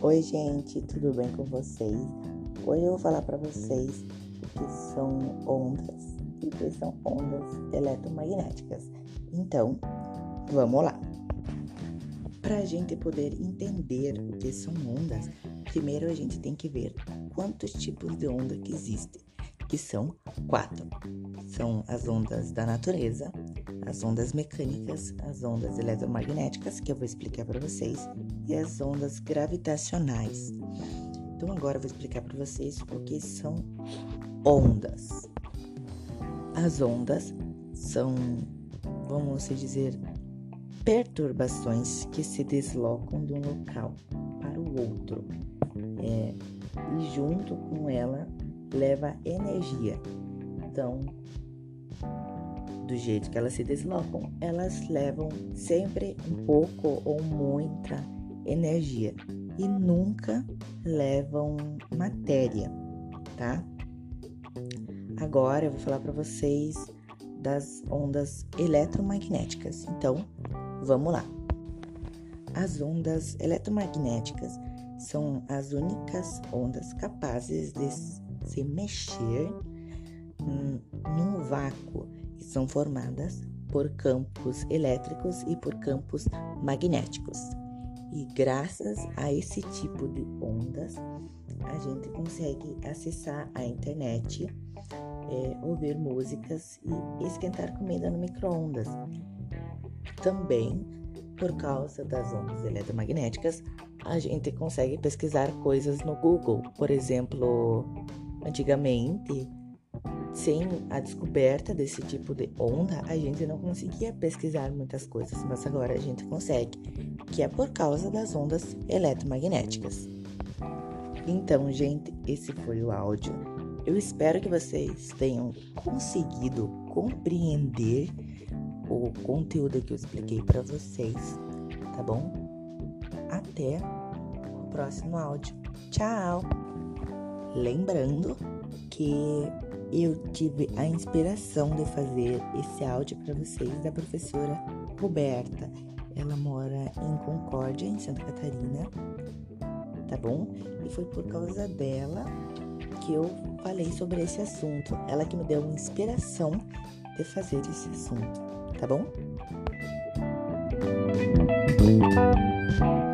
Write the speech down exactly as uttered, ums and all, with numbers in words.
Oi gente, tudo bem com vocês? Hoje eu vou falar para vocês o que são ondas e o que são ondas eletromagnéticas. Então, vamos lá. Para a gente poder entender o que são ondas, primeiro a gente tem que ver quantos tipos de onda que existem, que são quatro. São as ondas da natureza, as ondas mecânicas, as ondas eletromagnéticas, que eu vou explicar para vocês, e as ondas gravitacionais. Então agora eu vou explicar para vocês o que são ondas. As ondas são, vamos dizer, perturbações que se deslocam de um local para o outro. É, e junto com ela leva energia. Então, do jeito que elas se deslocam, elas levam sempre um pouco ou muita energia e nunca levam matéria, tá? Agora eu vou falar para vocês das ondas eletromagnéticas. Então, vamos lá. As ondas eletromagnéticas são as únicas ondas capazes de se mexer hum, num vácuo e são formadas por campos elétricos e por campos magnéticos. E graças a esse tipo de ondas, a gente consegue acessar a internet, é, ouvir músicas e esquentar comida no micro-ondas. Também, por causa das ondas eletromagnéticas, a gente consegue pesquisar coisas no Google. Por exemplo, antigamente, sem a descoberta desse tipo de onda, a gente não conseguia pesquisar muitas coisas, mas agora a gente consegue, que é por causa das ondas eletromagnéticas. Então, gente, esse foi o áudio. Eu espero que vocês tenham conseguido compreender o conteúdo que eu expliquei para vocês, tá bom? Até o próximo áudio. Tchau! Lembrando que eu tive a inspiração de fazer esse áudio para vocês da professora Roberta. Ela mora em Concórdia, em Santa Catarina, tá bom? E foi por causa dela que eu falei sobre esse assunto. Ela que me deu uma inspiração de fazer esse assunto, tá bom?